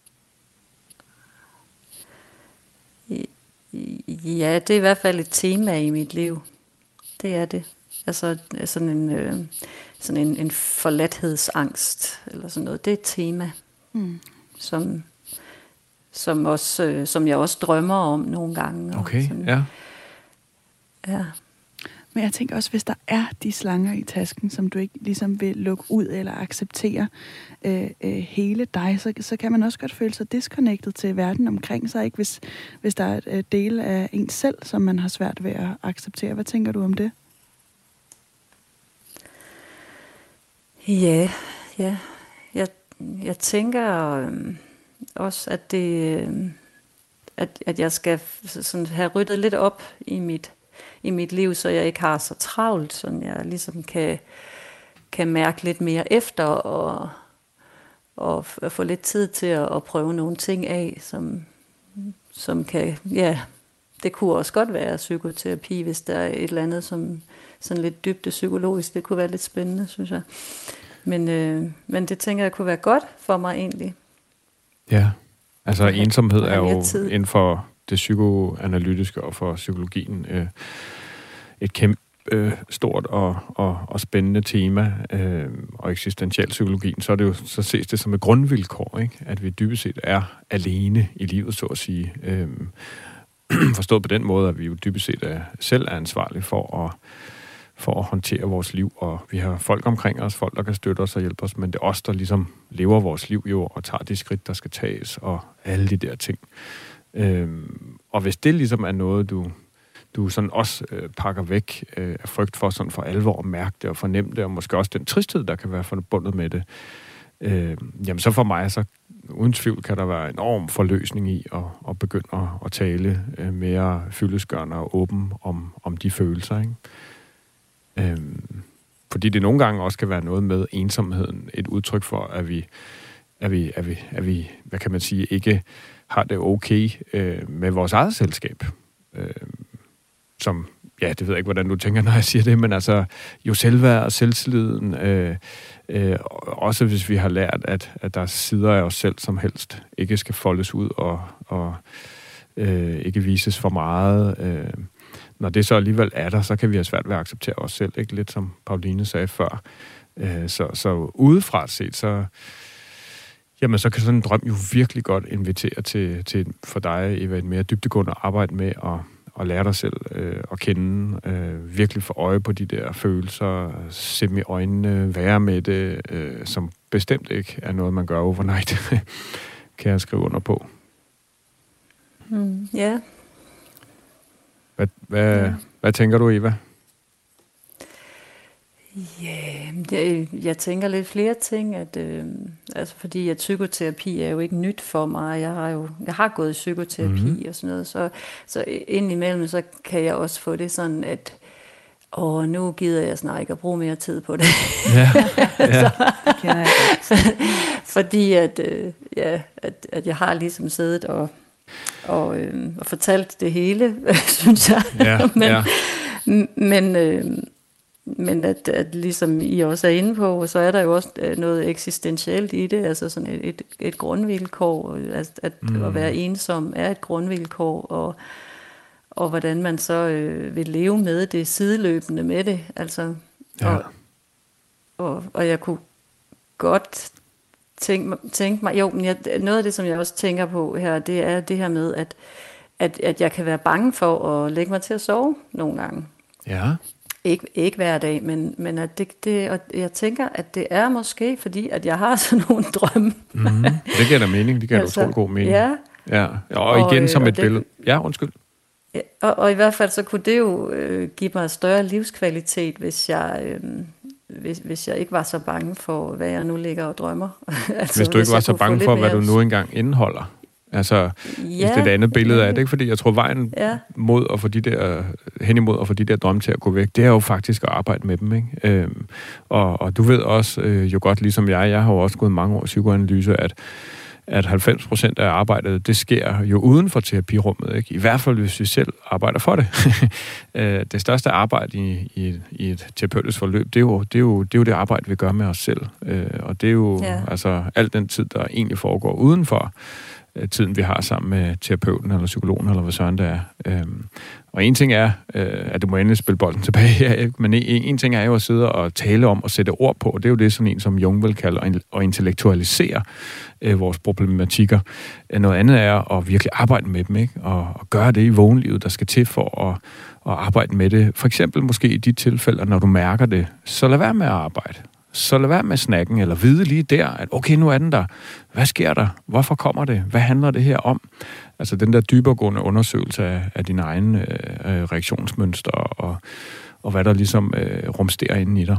Ja, det er i hvert fald et tema i mit liv. Det er det. Altså sådan en forladthedsangst eller sådan noget. Det er et tema, som jeg også drømmer om nogle gange. Okay, ja. Ja. Men jeg tænker også, hvis der er de slanger i tasken, som du ikke ligesom vil lukke ud eller acceptere hele dig, så kan man også godt føle sig disconnected til verden omkring sig, ikke? Hvis der er et del af en selv, som man har svært ved at acceptere. Hvad tænker du om det? Ja. Jeg tænker, også, at det, at jeg skal sådan have ryddet lidt op i mit liv, så jeg ikke har så travlt, så jeg ligesom kan mærke lidt mere efter og få lidt tid til at prøve nogle ting af, som kan, ja, det kunne også godt være psykoterapi, hvis der er et eller andet, som sådan lidt dybde psykologisk, det kunne være lidt spændende, synes jeg. Men det tænker jeg kunne være godt for mig egentlig. Ja, altså ensomhed er jo inden for det psykoanalytiske og for psykologien et kæmpe stort og spændende tema, og eksistentiel psykologien, så er det jo, så ses det som et grundvilkår, ikke? At vi dybest set er alene i livet, så at sige. Forstået på den måde, at vi jo dybest set selv er ansvarlige for at håndtere vores liv, og vi har folk omkring os, folk, der kan støtte os og hjælpe os, men det er os, der ligesom lever vores liv jo, og tager de skridt, der skal tages, og alle de der ting. Og hvis det ligesom er noget, du sådan også pakker væk af frygt for sådan for alvor at mærke det og fornemme det, og måske også den tristhed, der kan være forbundet med det, jamen så for mig, så uden tvivl kan der være enorm forløsning i at begynde at tale mere fyldestgørende og åben om de følelser, ikke? Fordi det nogle gange også kan være noget med ensomheden, et udtryk for, at vi, hvad kan man sige, ikke har det okay med vores eget selskab. Som, ja, det ved jeg ikke, hvordan du tænker, når jeg siger det, men altså jo selvværd og selvtilliden, også hvis vi har lært, at der er sider af os selv, som helst ikke skal foldes ud og ikke vises for meget. Når det så alligevel er der, så kan vi have svært ved at acceptere os selv, ikke? Lidt som Pauline sagde før. Så udefra set, så kan sådan en drøm jo virkelig godt invitere til for dig, Eva, et mere dybdegående arbejde med at lære dig selv at kende, virkelig få øje på de der følelser, se dem i øjnene, være med det, som bestemt ikke er noget, man gør overnight, kan jeg skrive under på. Ja. Hvad tænker du, Eva? Ja, jeg tænker lidt flere ting, altså fordi at psykoterapi er jo ikke nyt for mig. Jeg har gået i psykoterapi og sådan noget, så indimellem så kan jeg også få det sådan, at nu gider jeg snart ikke at bruge mere tid på det. Ja. Fordi at jeg har ligesom siddet og fortalt det hele, synes jeg. Ja, men at ligesom I også er inde på, så er der jo også noget eksistentielt i det, altså sådan et grundvilkår, at være ensom er et grundvilkår, og hvordan man så vil leve med det, sideløbende med det, altså. Ja. Og jeg kunne godt tænke mig, noget af det, som jeg også tænker på her, det er det her med, at jeg kan være bange for at lægge mig til at sove nogle gange. Ja. Ikke hver dag, men at det, og jeg tænker, at det er måske, fordi at jeg har sådan nogle drømme. Det giver da mening, det giver altså, utrolig god mening. Ja. Og igen som et billede. Ja, undskyld. Og i hvert fald så kunne det jo give mig større livskvalitet, hvis jeg ikke var så bange for, hvad jeg nu ligger og drømmer. Altså, hvis du ikke var så bange for, hvad du nu engang indeholder. Altså, det er et andet billede af det, ikke? Fordi jeg tror, vejen mod at få hen imod at få de der drømme til at gå væk, det er jo faktisk at arbejde med dem, ikke? Og du ved også jo godt, ligesom jeg har jo også gået mange år i psykoanalyse, at 90% af arbejdet, det sker jo uden for terapirummet, ikke? I hvert fald, hvis vi selv arbejder for det. Det største arbejde i et terapeutisk forløb, det er jo det arbejde, vi gør med os selv. Og det er jo altså al den tid, der egentlig foregår uden for tiden, vi har sammen med terapeuten eller psykologen, eller hvad søren det er. Og en ting er, at du må endelig spille bolden tilbage her, men en ting er jo at sidde og tale om og sætte ord på, og det er jo det, sådan en som Jung vil kalde at intellektualisere vores problematikker. Noget andet er at virkelig arbejde med dem, ikke? Og gøre det i vågenlivet, der skal til for at arbejde med det. For eksempel måske i de tilfælde, når du mærker det, så lad være med at arbejde. Så lad være med snakken, eller vide lige der, at okay, nu er den der. Hvad sker der? Hvorfor kommer det? Hvad handler det her om? Altså den der dybergående undersøgelse af dine egne reaktionsmønstre, og hvad der ligesom rumsterer inden i dig.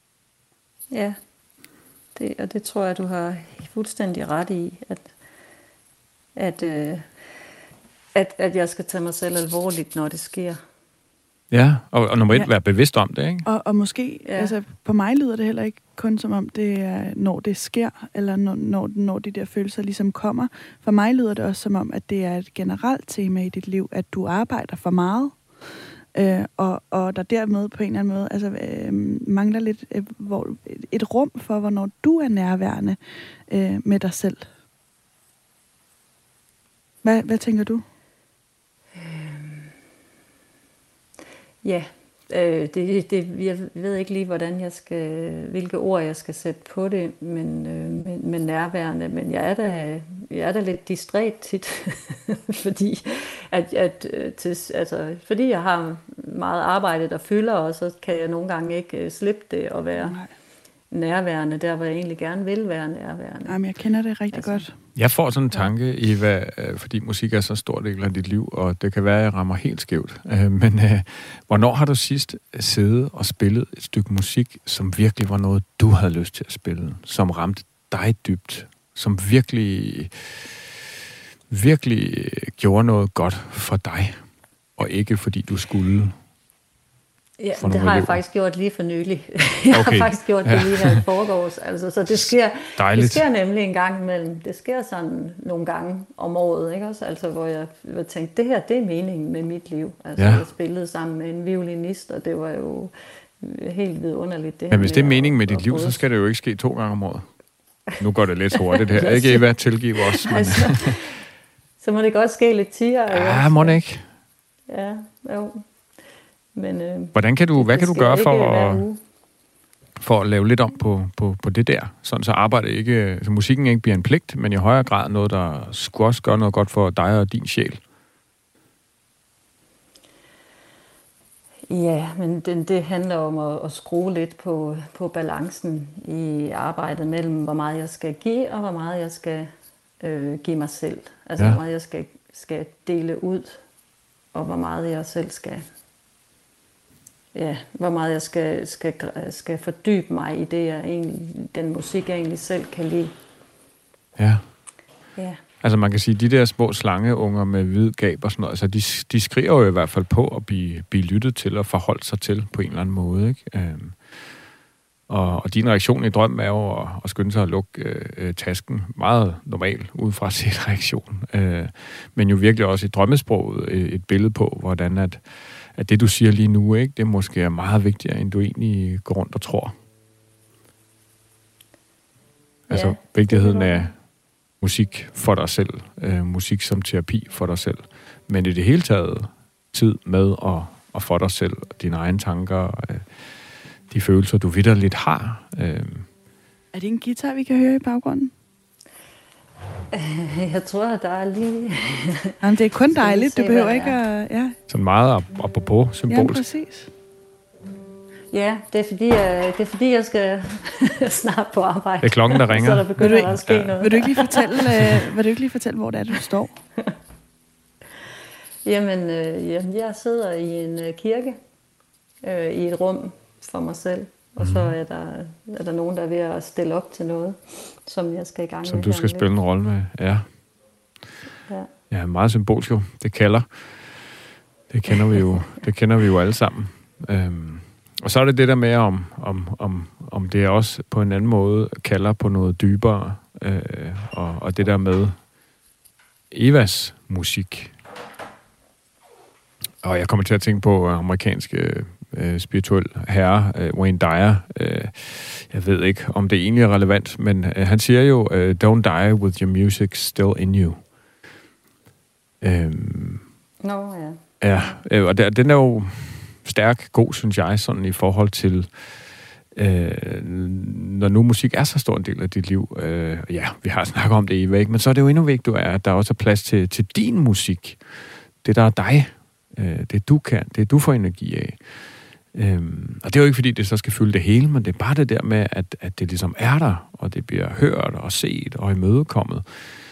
Ja, det tror jeg, du har fuldstændig ret i, at jeg skal tage mig selv alvorligt, når det sker. Ja, og nummer et, være bevidst om det, ikke? Og måske, altså på mig lyder det heller ikke kun som om det er, når det sker, eller når de der følelser ligesom kommer. For mig lyder det også som om, at det er et generelt tema i dit liv, at du arbejder for meget, og der dermed på en eller anden måde altså, mangler lidt et rum for, hvornår du er nærværende med dig selv. Hvad tænker du? Ja, jeg ved ikke lige, hvilke ord jeg skal sætte på det, men nærværende. Men jeg er da lidt distræt tit, fordi jeg har meget arbejde, der fylder, og så kan jeg nogle gange ikke slippe det og være nærværende, der hvor jeg egentlig gerne vil være nærværende. Jamen, jeg kender det rigtig godt. Jeg får sådan en tanke, Eva, fordi musik er så stor del af dit liv, og det kan være, at jeg rammer helt skævt. Men hvornår har du sidst siddet og spillet et stykke musik, som virkelig var noget, du havde lyst til at spille, som ramte dig dybt, som virkelig gjorde noget godt for dig, og ikke fordi du skulle? Ja, det har jeg faktisk gjort lige for nylig. Jeg har faktisk gjort det lige her i forgårs. Altså, så det sker nemlig en gang imellem. Det sker sådan nogle gange om året, ikke også? Altså, hvor jeg tænkte, det her, det er meningen med mit liv. Altså, jeg spillede sammen med en violinist, og det var jo helt vidunderligt. Men hvis det er meningen med dit liv, så skal det jo ikke ske 2 gange om året. Nu går det lidt hurtigt her. Ikke, Eva? Tilgiv os. Men... altså, så må det godt ske lidt tiere. Ja, må det ikke? Ja, jo. Men, hvad kan du gøre for at lave lidt om på det der? Sådan så musikken ikke bliver en pligt, men i højere grad noget, der skulle også gøre noget godt for dig og din sjæl. Ja, men det handler om at skrue lidt på balancen i arbejdet mellem, hvor meget jeg skal give, og hvor meget jeg skal give mig selv. Altså, hvor meget jeg skal dele ud, og hvor meget jeg selv skal... Ja, hvor meget jeg skal fordybe mig i det, den musik, jeg egentlig selv kan lide. Ja. Altså man kan sige, de der små slangeunger med hvid gab og sådan noget, altså de skriger jo i hvert fald på at blive lyttet til og forholdt sig til på en eller anden måde, ikke? Og din reaktion i drømmen er jo at skynde sig at lukke tasken. Meget normal ud fra sin reaktion. Men jo virkelig også i drømmesproget et billede på, hvordan at det, du siger lige nu, ikke, det måske er meget vigtigere, end du egentlig går rundt og tror. Altså vigtigheden af musik for dig selv. Musik som terapi for dig selv. Men i det hele taget tid med at få dig selv, dine egne tanker, de følelser, du vitterligt har. Er det en guitar, vi kan høre i baggrunden? Jeg tror, der er lige... Jamen, det er kun dejligt. Du behøver ikke at... Ja. Sådan meget apropos symbolsk. Ja, præcis. Ja, det er fordi, jeg skal snart på arbejde. Det er klokken, der ringer. Så der begynder at ske noget. Vil du ikke lige fortælle, hvor det er, du står? Jamen, jeg sidder i en kirke, i et rum for mig selv. Og så er der nogen, der er ved at stille op til noget, som jeg skal i gang med. Som du skal spille en rolle med, ja. Ja, meget symbolsk jo. Det kalder. Det kender vi jo alle sammen. Og så er det der med, om det også på en anden måde kalder på noget dybere. Og det der med Evas musik. Og jeg kommer til at tænke på amerikanske spirituel herre, Wayne Dyer. Jeg ved ikke, om det egentlig er relevant, men han siger jo, don't die with your music still in you. Ja, og den er jo stærk, god, synes jeg, sådan i forhold til, når nu musik er så stor en del af dit liv. Vi har snakket om det, Eva, ikke? Men så er det jo endnu vigtigere, at der også er plads til din musik. Det, der er dig. Det, du kan. Det, du får energi af. Og det er jo ikke, fordi det så skal fylde det hele, men det er bare det der med, at det ligesom er der, og det bliver hørt og set og imødekommet.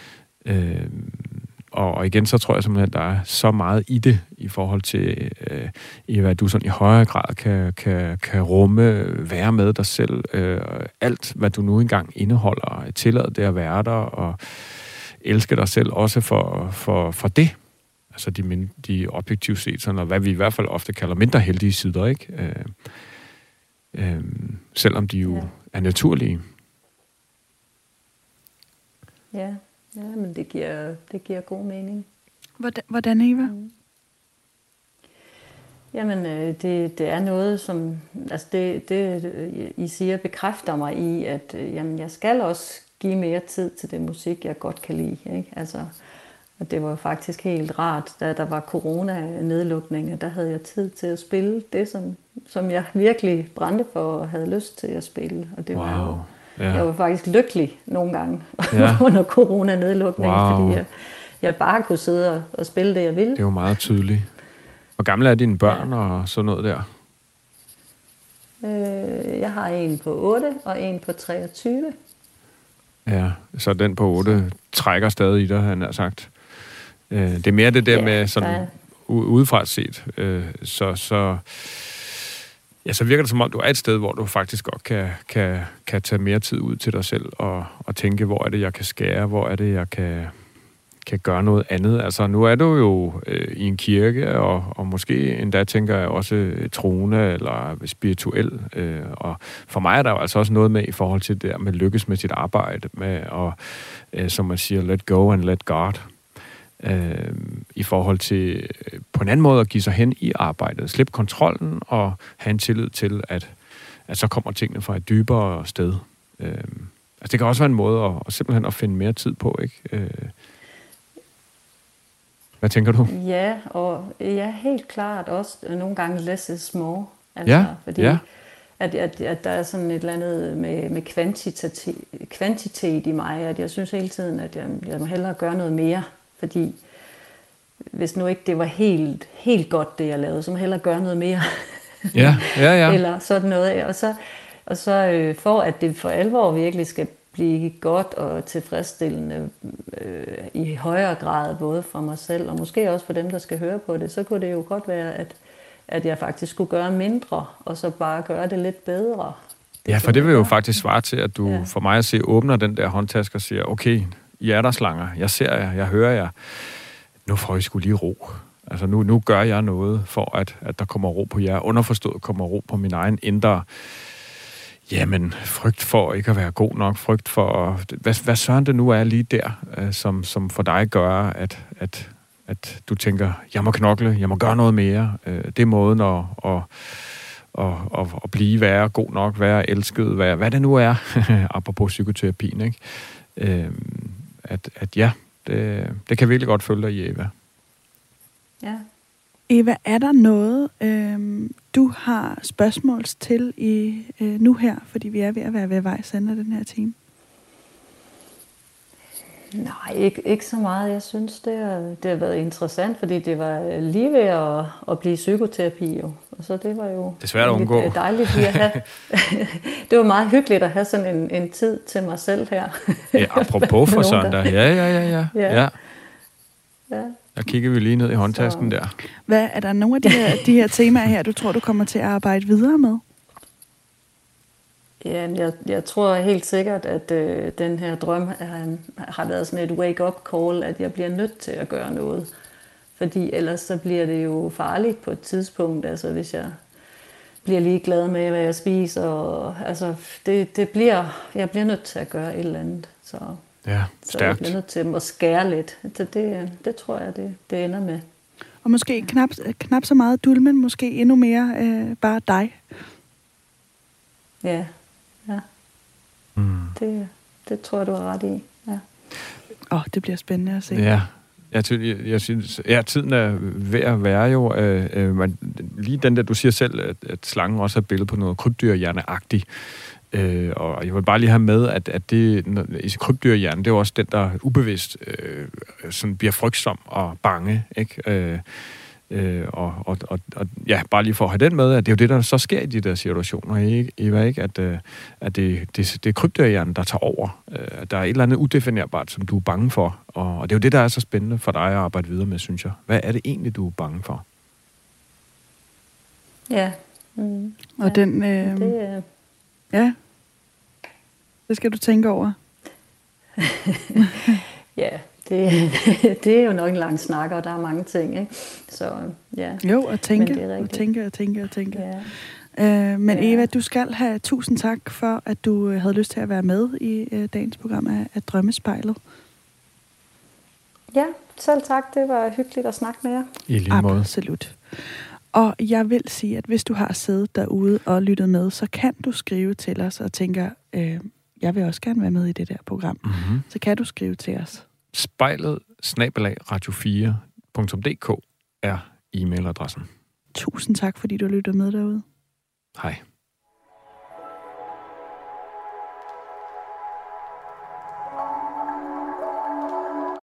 Og igen, så tror jeg simpelthen, at der er så meget i det, i forhold til, hvad du sådan i højere grad kan rumme, være med dig selv. Alt, hvad du nu engang indeholder, tillad det at være der, og elske dig selv også for det. Altså de objektivt set, sådan, og hvad vi i hvert fald ofte kalder mindre heldige sider, ikke? Selvom de jo er naturlige. Ja, men det giver god mening. Hvordan, Eva? Jamen, det er noget, som... Altså, det I siger, bekræfter mig i, at jamen, jeg skal også give mere tid til det musik, jeg godt kan lide. Ikke? Altså, og det var faktisk helt rart, da der var corona-nedlukninger, der havde jeg tid til at spille det, som jeg virkelig brændte for og havde lyst til at spille. Og det var jo... Ja. Jeg var faktisk lykkelig nogle gange under corona-nedlukningen, fordi jeg bare kunne sidde og spille det, jeg ville. Det er jo meget tydeligt. Hvor gamle er dine børn og sådan noget der? Jeg har en på 8 og en på 23. Ja, så den på 8 trækker stadig i dig, han har sagt. Det er mere det der med sådan udefra set. Så virker det som om, du er et sted, hvor du faktisk godt kan tage mere tid ud til dig selv og tænke, hvor er det, jeg kan skære, hvor er det, jeg kan gøre noget andet. Altså, nu er du jo i en kirke, og måske endda tænker jeg også troende eller spirituel. Og for mig er der jo altså også noget med i forhold til det der med lykkes med sit arbejde, med at, som man siger, let go and let God. I forhold til på en anden måde at give sig hen i arbejdet, slippe kontrollen og have en tillid til, at så kommer tingene fra et dybere sted. Altså det kan også være en måde at simpelthen at finde mere tid på, ikke? Hvad tænker du? Ja, og helt klart også nogle gange less is more. Altså, fordi at der er sådan et eller andet med kvantitet i mig, at jeg synes hele tiden, at jeg må hellere gøre noget mere. Fordi hvis nu ikke det var helt godt, det jeg lavede, så må jeg hellere gøre noget mere. Ja. Eller sådan noget. Og så for at det for alvor virkelig skal blive godt og tilfredsstillende i højere grad, både for mig selv og måske også for dem, der skal høre på det, så kunne det jo godt være, at jeg faktisk skulle gøre mindre, og så bare gøre det lidt bedre. Ja, for det vil jo faktisk svare til, at du for mig at se åbner den der håndtaske og siger, okay, I er der slanger, jeg ser jer, jeg hører jer, nu får I sgu lige ro. Altså nu gør jeg noget for, at der kommer ro på jer. Underforstået kommer ro på min egen indre. Jamen, frygt for ikke at være god nok, frygt for... Hvad søren det nu er lige der, som for dig gør, at du tænker, jeg må knokle, jeg må gøre noget mere. Det er måden at blive, være god nok, være elsket, være, hvad det nu er, apropos psykoterapien, ikke? Det kan virkelig godt følge dig i, Eva. Ja. Eva, er der noget, du har spørgsmål til nu her, fordi vi er ved at være ved vejs ende af den her time? Nej, ikke så meget. Jeg synes, det har været interessant, fordi det var lige ved at blive psykoterapi jo. Og så det var jo det er svært at undgå. Dejligt lige at have. Det var meget hyggeligt at have sådan en tid til mig selv her. Ja, apropos for søndag. Ja. Der kigger vi lige ned i håndtasken der. Hvad er der nogle af de her temaer her, du tror, du kommer til at arbejde videre med? Ja, jeg tror helt sikkert, at den her drøm har været sådan et wake-up call, at jeg bliver nødt til at gøre noget. Fordi ellers så bliver det jo farligt på et tidspunkt, altså hvis jeg bliver ligeglad med, hvad jeg spiser. Og, altså, jeg bliver nødt til at gøre et eller andet. Så jeg bliver nødt til at skære lidt. Det tror jeg, det ender med. Og måske knap så meget dulmen, måske endnu mere bare dig. Ja. Det tror jeg, du har ret i. Ja. Det bliver spændende at se. Ja. Jeg synes, tiden er ved at være jo, lige den der, du siger selv, at slangen også er et billede på noget krybdyrhjerneagtigt. Og jeg vil bare lige have med, at det i krybdyrhjernen, det er også den, der ubevidst sådan bliver frygtsom og bange, ikke? Og bare lige for at have den med, at det er jo det, der så sker i de der situationer, ikke? Eva, ikke? At det er krybdyrhjernen, der tager over. Der er et eller andet udefinerbart, som du er bange for. Og det er jo det, der er så spændende for dig at arbejde videre med, synes jeg. Hvad er det egentlig, du er bange for? Ja. Og den... Ja, det skal du tænke over. Ja, det er jo nok en lang snak, og der er mange ting, ikke? Så ja. Jo, at tænke, og tænke. Ja. Men Eva, du skal have tusind tak for, at du havde lyst til at være med i dagens program af Drømmespejlet. Ja, selv tak. Det var hyggeligt at snakke med jer. I lige måde. Absolut. Og jeg vil sige, at hvis du har siddet derude og lyttet med, så kan du skrive til os og tænker, jeg vil også gerne være med i det der program. Mm-hmm. Så kan du skrive til os. spejlet@radio4.dk er e-mailadressen. Tusind tak, fordi du lyttede med derude. Hej.